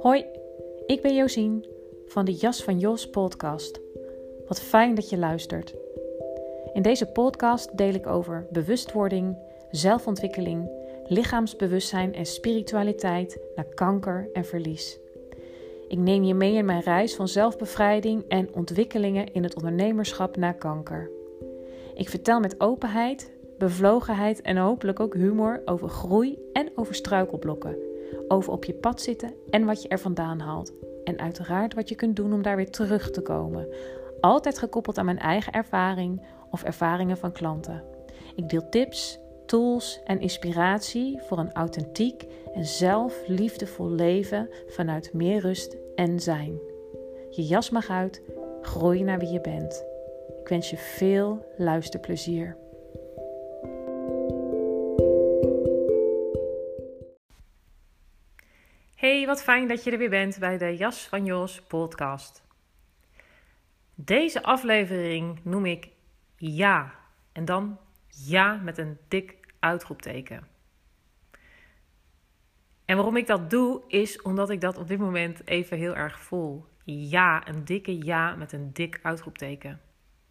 Hoi, ik ben Josien van de Jas van Jos podcast. Wat fijn dat je luistert. In deze podcast deel ik over bewustwording, zelfontwikkeling, lichaamsbewustzijn en spiritualiteit naar kanker en verlies. Ik neem je mee in mijn reis van zelfbevrijding en ontwikkelingen in het ondernemerschap na kanker. Ik vertel met openheid, bevlogenheid en hopelijk ook humor over groei en over struikelblokken. Over op je pad zitten en wat je er vandaan haalt. En uiteraard wat je kunt doen om daar weer terug te komen. Altijd gekoppeld aan mijn eigen ervaring of ervaringen van klanten. Ik deel tips, tools en inspiratie voor een authentiek en zelfliefdevol leven vanuit meer rust en zijn. Je jas mag uit, groei naar wie je bent. Ik wens je veel luisterplezier. Hey, wat fijn dat je er weer bent bij de Jas van Jos podcast. Deze aflevering noem ik ja en dan ja met een dik uitroepteken. En waarom ik dat doe is omdat ik dat op dit moment even heel erg voel. Ja, een dikke ja met een dik uitroepteken.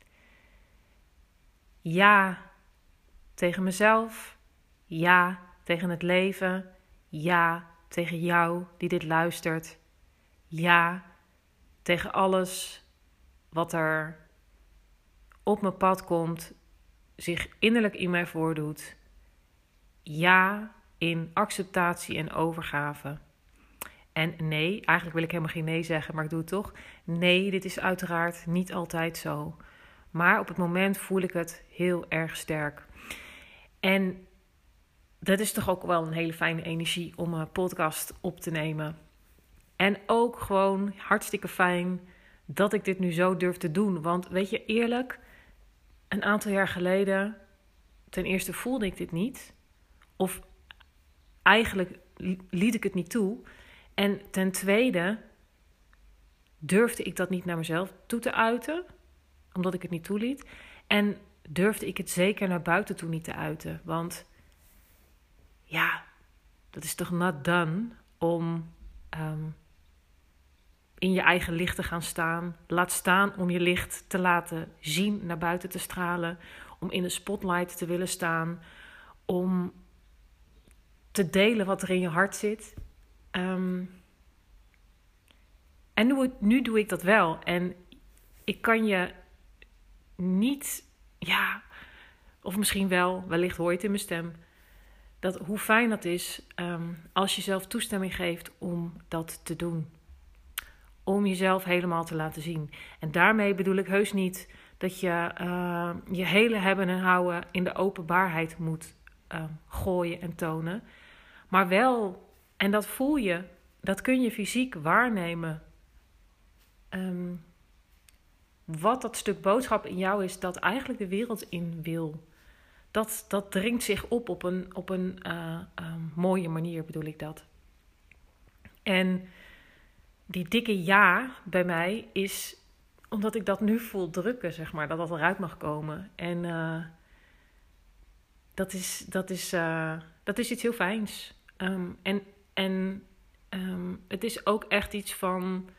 Ja tegen mezelf, ja tegen het leven, ja tegen jou die dit luistert. Ja tegen alles wat er op mijn pad komt, zich innerlijk in mij voordoet. Ja in acceptatie en overgave. En nee, eigenlijk wil ik helemaal geen nee zeggen, maar ik doe het toch. Nee, dit is uiteraard niet altijd zo. Maar op het moment voel ik het heel erg sterk. En dat is toch ook wel een hele fijne energie om een podcast op te nemen. En ook gewoon hartstikke fijn dat ik dit nu zo durf te doen. Want weet je, eerlijk, een aantal jaar geleden, ten eerste voelde ik dit niet. Of eigenlijk liet ik het niet toe. En ten tweede durfde ik dat niet naar mezelf toe te uiten, omdat ik het niet toeliet. En durfde ik het zeker naar buiten toe niet te uiten. Want ja, dat is toch not done om in je eigen licht te gaan staan. Laat staan om je licht te laten zien, naar buiten te stralen. Om in de spotlight te willen staan. Om te delen wat er in je hart zit. En nu doe ik dat wel. En ik kan je niet, of misschien wel, wellicht hoor je het in mijn stem, dat hoe fijn dat is als je zelf toestemming geeft om dat te doen. Om jezelf helemaal te laten zien. En daarmee bedoel ik heus niet dat je je hele hebben en houden in de openbaarheid moet gooien en tonen. Maar wel, en dat voel je, dat kun je fysiek waarnemen. Wat dat stuk boodschap in jou is dat eigenlijk de wereld in wil. Dat dringt zich op een mooie manier, bedoel ik dat. En die dikke ja bij mij is, omdat ik dat nu voel drukken, zeg maar, dat eruit mag komen. En dat is iets heel fijns. Het is ook echt iets van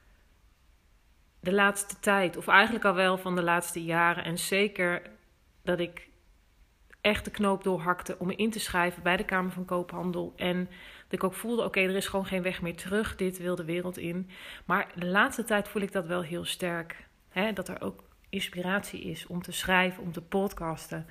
de laatste tijd, of eigenlijk al wel van de laatste jaren. En zeker dat ik echt de knoop doorhakte om me in te schrijven bij de Kamer van Koophandel. En dat ik ook voelde, oké, er is gewoon geen weg meer terug. Dit wil de wereld in. Maar de laatste tijd voel ik dat wel heel sterk. Hè? Dat er ook inspiratie is om te schrijven, om te podcasten.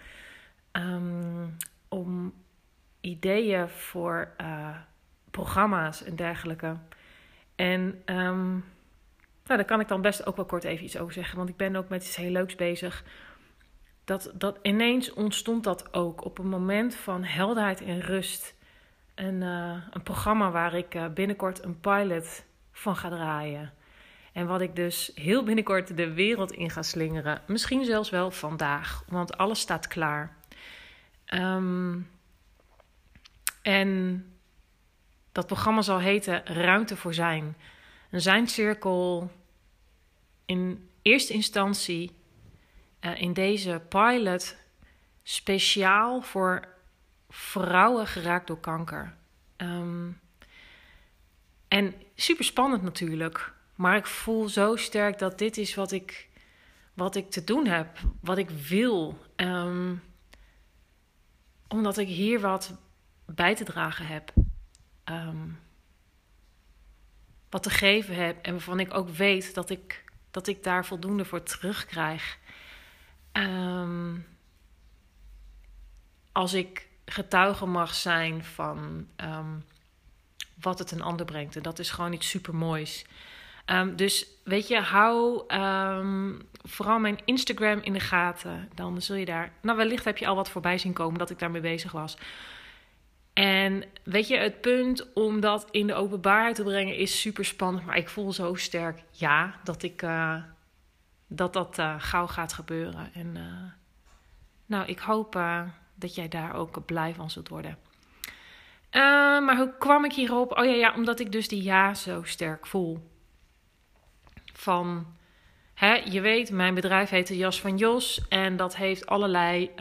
Om ideeën voor programma's en dergelijke. En daar kan ik dan best ook wel kort even iets over zeggen. Want ik ben ook met iets heel leuks bezig. Dat ineens ontstond dat ook op een moment van helderheid en rust. Een programma waar ik binnenkort een pilot van ga draaien. En wat ik dus heel binnenkort de wereld in ga slingeren. Misschien zelfs wel vandaag, want alles staat klaar. En dat programma zal heten Ruimte voor Zijn. Een zijncirkel in eerste instantie in deze pilot speciaal voor vrouwen geraakt door kanker. En super spannend natuurlijk. Maar ik voel zo sterk dat dit is wat ik te doen heb. Wat ik wil. Omdat ik hier wat bij te dragen heb. Wat te geven heb. En waarvan ik ook weet dat ik daar voldoende voor terugkrijg. Als ik getuige mag zijn van wat het een ander brengt. En dat is gewoon iets supermoois. Dus weet je, hou vooral mijn Instagram in de gaten. Dan zul je daar... Nou, wellicht heb je al wat voorbij zien komen dat ik daarmee bezig was. En weet je, het punt om dat in de openbaarheid te brengen is super spannend. Maar ik voel zo sterk, dat gauw gaat gebeuren. En nou, ik hoop dat jij daar ook blij van zult worden. Maar hoe kwam ik hierop? Oh ja, omdat ik dus die ja zo sterk voel. Van, je weet, mijn bedrijf heet de Jas van Jos. En dat heeft allerlei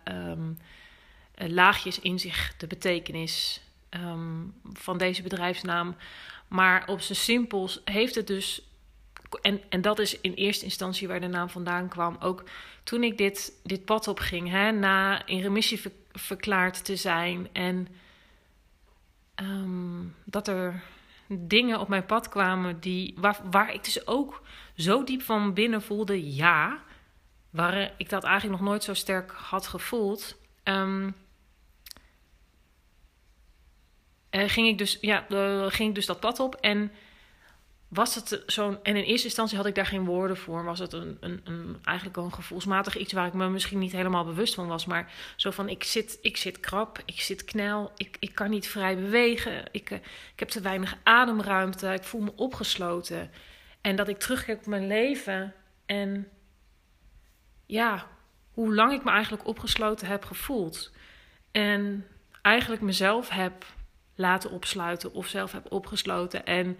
laagjes in zich, de betekenis van deze bedrijfsnaam. Maar op z'n simpels heeft het dus... En dat is in eerste instantie waar de naam vandaan kwam. Ook toen ik dit pad op ging, na in remissie verklaard te zijn. En dat er dingen op mijn pad kwamen waar ik dus ook zo diep van binnen voelde, waar ik dat eigenlijk nog nooit zo sterk had gevoeld. Ging ik dus dat pad op en was het zo'n... En in eerste instantie had ik daar geen woorden voor. Was het eigenlijk een gevoelsmatig iets waar ik me misschien niet helemaal bewust van was. Maar zo van, ik zit krap, ik zit knel, ik kan niet vrij bewegen. Ik heb te weinig ademruimte, ik voel me opgesloten. En dat ik terugkijk op mijn leven en hoe lang ik me eigenlijk opgesloten heb gevoeld. En eigenlijk mezelf heb laten opsluiten of zelf heb opgesloten. En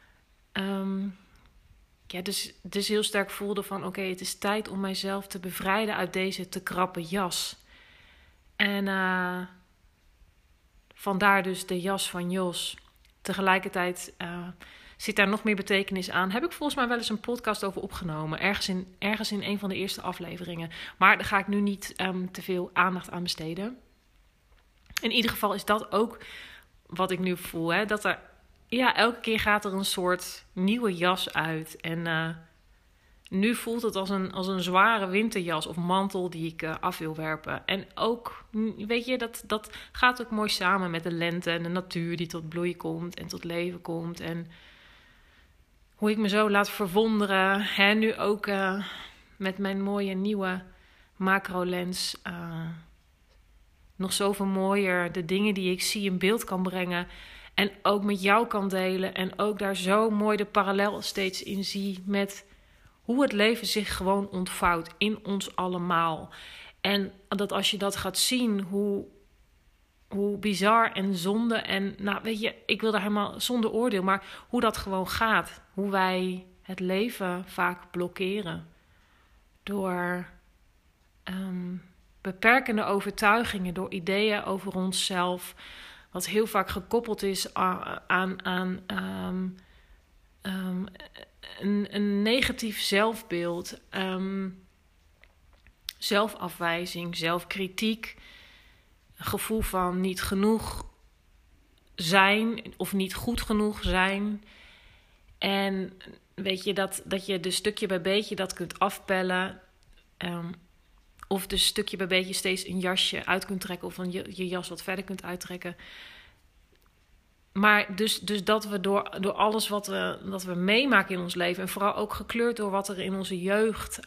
dus heel sterk voelde van oké, het is tijd om mijzelf te bevrijden uit deze te krappe jas. En vandaar dus de Jas van Jos. Tegelijkertijd zit daar nog meer betekenis aan. Heb ik volgens mij wel eens een podcast over opgenomen. Ergens in een van de eerste afleveringen. Maar daar ga ik nu niet te veel aandacht aan besteden. In ieder geval is dat ook wat ik nu voel. Dat er... elke keer gaat er een soort nieuwe jas uit. En nu voelt het als een zware winterjas of mantel die ik af wil werpen. En ook, weet je, dat gaat ook mooi samen met de lente en de natuur die tot bloei komt en tot leven komt. En hoe ik me zo laat verwonderen. Nu ook met mijn mooie nieuwe macrolens. Nog zoveel mooier de dingen die ik zie in beeld kan brengen. En ook met jou kan delen. En ook daar zo mooi de parallel steeds in zie met hoe het leven zich gewoon ontvouwt in ons allemaal. En dat als je dat gaat zien, hoe bizar en zonde. En nou weet je, ik wil daar helemaal zonder oordeel. Maar hoe dat gewoon gaat. Hoe wij het leven vaak blokkeren. Door beperkende overtuigingen. Door ideeën over onszelf. Wat heel vaak gekoppeld is aan een negatief zelfbeeld. Zelfafwijzing, zelfkritiek. Een gevoel van niet genoeg zijn of niet goed genoeg zijn. En weet je, dat je dus stukje bij beetje dat kunt afpellen. Of dus stukje bij beetje steeds een jasje uit kunt trekken. Of je jas wat verder kunt uittrekken. Maar dus dat we door alles wat we meemaken in ons leven. En vooral ook gekleurd door wat er in onze jeugd.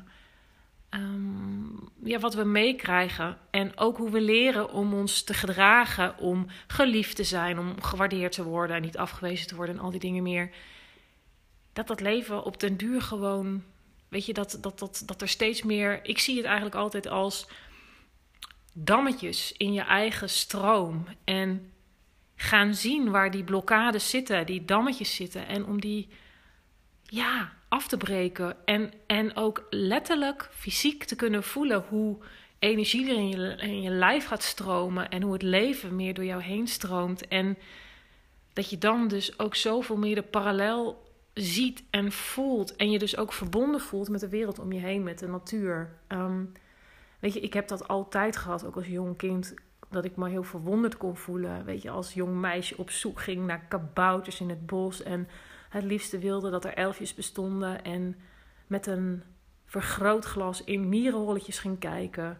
Wat we meekrijgen. En ook hoe we leren om ons te gedragen. Om geliefd te zijn. Om gewaardeerd te worden. En niet afgewezen te worden. En al die dingen meer. Dat leven op den duur gewoon... Weet je, dat er steeds meer... Ik zie het eigenlijk altijd als dammetjes in je eigen stroom. En gaan zien waar die blokkades zitten, die dammetjes zitten. En om die af te breken. En ook letterlijk fysiek te kunnen voelen hoe energie er in je lijf gaat stromen. En hoe het leven meer door jou heen stroomt. En dat je dan dus ook zoveel meer de parallel ziet en voelt. En je dus ook verbonden voelt met de wereld om je heen, met de natuur. Weet je, ik heb dat altijd gehad, ook als jong kind, dat ik me heel verwonderd kon voelen. Weet je, als jong meisje op zoek ging naar kabouters in het bos en het liefste wilde dat er elfjes bestonden en met een vergrootglas in mierenholletjes ging kijken.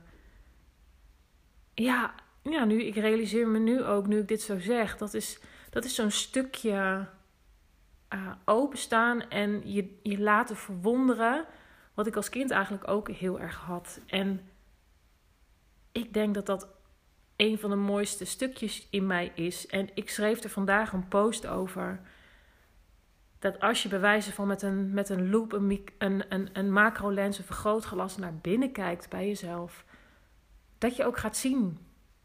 Ja, nu, ik realiseer me nu ook, nu ik dit zo zeg, dat is zo'n stukje openstaan en je laten verwonderen, wat ik als kind eigenlijk ook heel erg had. En ik denk dat dat een van de mooiste stukjes in mij is. En ik schreef er vandaag een post over. Dat als je bij wijze van met een loop, een macrolens, een vergrootglas naar binnen kijkt bij jezelf, dat je ook gaat zien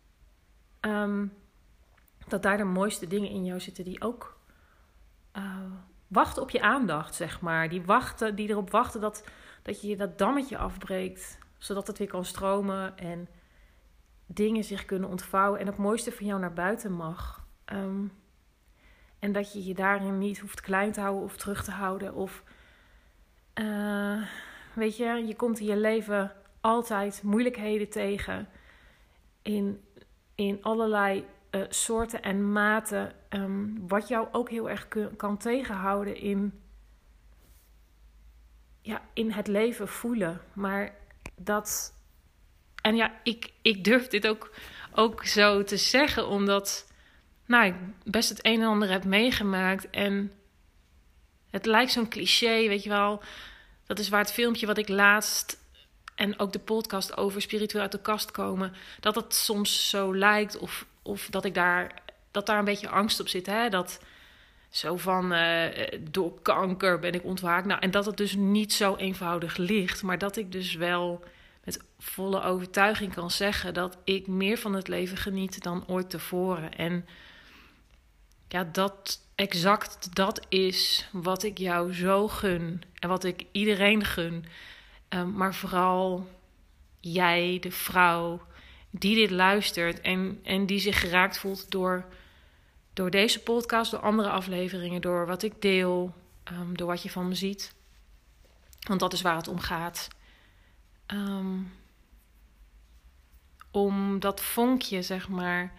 dat daar de mooiste dingen in jou zitten die ook wachten op je aandacht, zeg maar. Die erop wachten dat je dat dammetje afbreekt, zodat het weer kan stromen en dingen zich kunnen ontvouwen en het mooiste van jou naar buiten mag. En dat je je daarin niet hoeft klein te houden of terug te houden. Of, weet je komt in je leven altijd moeilijkheden tegen. In allerlei soorten en maten. Wat jou ook heel erg kan tegenhouden in het leven voelen. Maar dat... En ja, ik durf dit ook zo te zeggen, omdat ik best het een en ander heb meegemaakt. En het lijkt zo'n cliché, weet je wel. Dat is waar het filmpje wat ik laatst en ook de podcast over spiritueel uit de kast komen, dat het soms zo lijkt of dat daar een beetje angst op zit. Hè? Dat zo van door kanker ben ik ontwaakt. En dat het dus niet zo eenvoudig ligt, maar dat ik dus wel met volle overtuiging kan zeggen dat ik meer van het leven geniet dan ooit tevoren. En ja, dat is wat ik jou zo gun. En wat ik iedereen gun. Maar vooral jij, de vrouw, die dit luistert en die zich geraakt voelt door deze podcast, door andere afleveringen, door wat ik deel, door wat je van me ziet. Want dat is waar het om gaat. Om dat vonkje, zeg maar,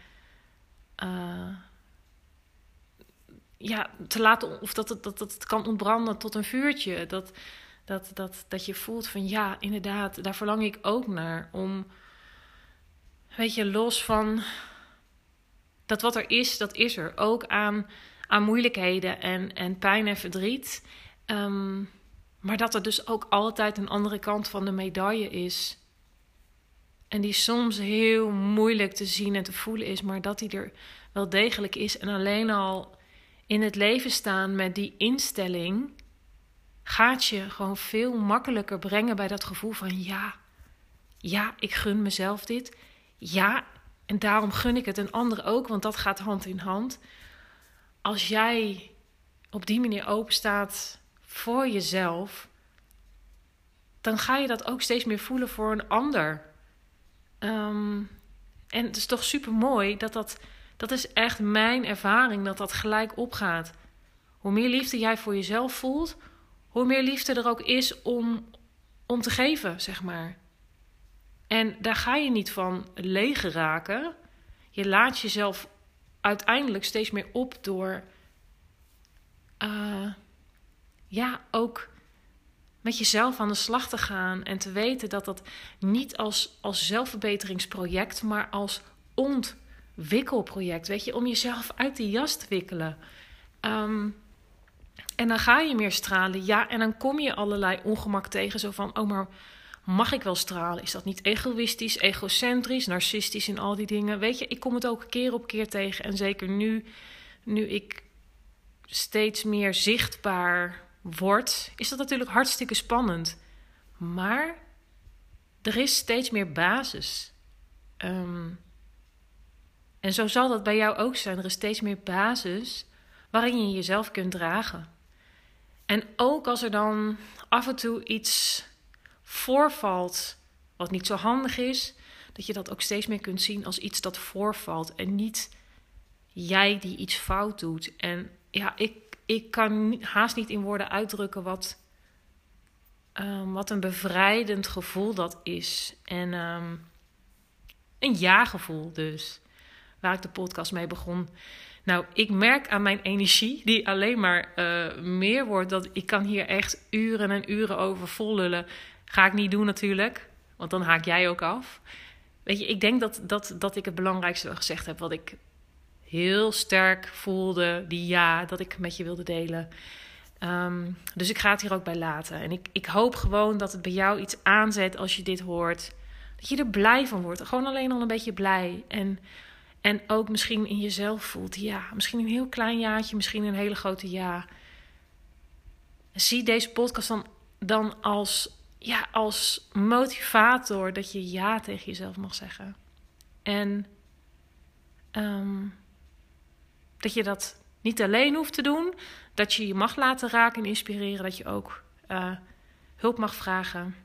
te laten, of dat het kan ontbranden tot een vuurtje. Dat je voelt van ja, inderdaad, daar verlang ik ook naar. Om, weet je, los van dat wat er is, dat is er. Ook aan moeilijkheden en pijn en verdriet. Maar dat er dus ook altijd een andere kant van de medaille is. En die soms heel moeilijk te zien en te voelen is, maar dat die er wel degelijk is. En alleen al in het leven staan met die instelling gaat je gewoon veel makkelijker brengen bij dat gevoel van ja, ik gun mezelf dit. Ja, en daarom gun ik het een ander ook, want dat gaat hand in hand. Als jij op die manier open staat voor jezelf, dan ga je dat ook steeds meer voelen voor een ander. En het is toch super mooi dat is echt mijn ervaring, dat gelijk opgaat. Hoe meer liefde jij voor jezelf voelt, hoe meer liefde er ook is om te geven, zeg maar. En daar ga je niet van leeg raken. Je laat jezelf uiteindelijk steeds meer op door ook met jezelf aan de slag te gaan en te weten dat dat niet als zelfverbeteringsproject, maar als ontwikkelproject, weet je, om jezelf uit de jas te wikkelen. En dan ga je meer stralen, ja, en dan kom je allerlei ongemak tegen, zo van, oh, maar mag ik wel stralen? Is dat niet egoïstisch, egocentrisch, narcistisch en al die dingen? Weet je, ik kom het ook keer op keer tegen en zeker nu ik steeds meer zichtbaar wordt, is dat natuurlijk hartstikke spannend. Maar er is steeds meer basis. En zo zal dat bij jou ook zijn. Er is steeds meer basis waarin je jezelf kunt dragen. En ook als er dan af en toe iets voorvalt wat niet zo handig is, dat je dat ook steeds meer kunt zien als iets dat voorvalt en niet jij die iets fout doet. En ja, ik kan haast niet in woorden uitdrukken wat een bevrijdend gevoel dat is. En een ja-gevoel dus, waar ik de podcast mee begon. Nou, ik merk aan mijn energie, die alleen maar meer wordt, dat ik kan hier echt uren en uren over vol lullen. Ga ik niet doen natuurlijk, want dan haak jij ook af. Weet je, ik denk dat ik het belangrijkste wel gezegd heb, wat ik heel sterk voelde, dat ik met je wilde delen. Dus ik ga het hier ook bij laten. En ik hoop gewoon dat het bij jou iets aanzet als je dit hoort. Dat je er blij van wordt. Gewoon alleen al een beetje blij. En ook misschien in jezelf voelt. Ja, misschien een heel klein jaartje. Misschien een hele grote ja. Zie deze podcast dan als motivator. Dat je ja tegen jezelf mag zeggen. En dat je dat niet alleen hoeft te doen. Dat je je mag laten raken en inspireren. Dat je ook hulp mag vragen.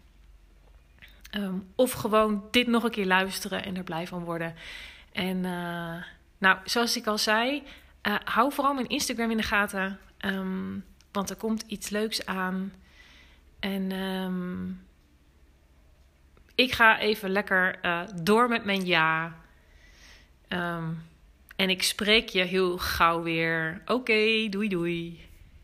Of gewoon dit nog een keer luisteren en er blij van worden. En nou, zoals ik al zei, hou vooral mijn Instagram in de gaten. Want er komt iets leuks aan. En ik ga even lekker door met mijn ja. En ik spreek je heel gauw weer. Oké, doei doei.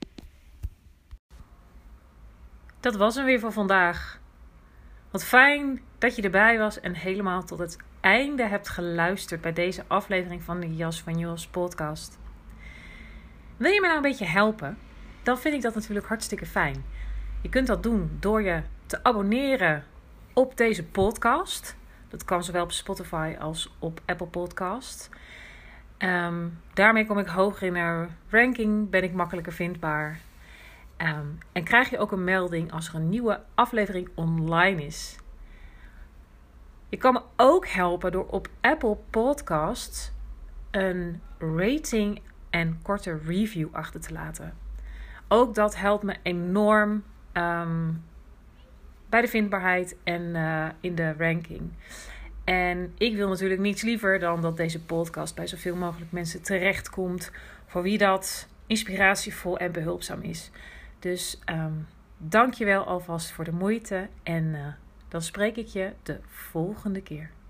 Dat was hem weer voor vandaag. Wat fijn dat je erbij was en helemaal tot het einde hebt geluisterd bij deze aflevering van de Jas van Jos podcast. Wil je me nou een beetje helpen? Dan vind ik dat natuurlijk hartstikke fijn. Je kunt dat doen door je te abonneren op deze podcast. Dat kan zowel op Spotify als op Apple Podcast. Daarmee kom ik hoger in de ranking, ben ik makkelijker vindbaar. En krijg je ook een melding als er een nieuwe aflevering online is. Je kan me ook helpen door op Apple Podcasts een rating en korte review achter te laten. Ook dat helpt me enorm bij de vindbaarheid en in de ranking. En ik wil natuurlijk niets liever dan dat deze podcast bij zoveel mogelijk mensen terechtkomt, voor wie dat inspiratievol en behulpzaam is. Dus dank je wel alvast voor de moeite en dan spreek ik je de volgende keer.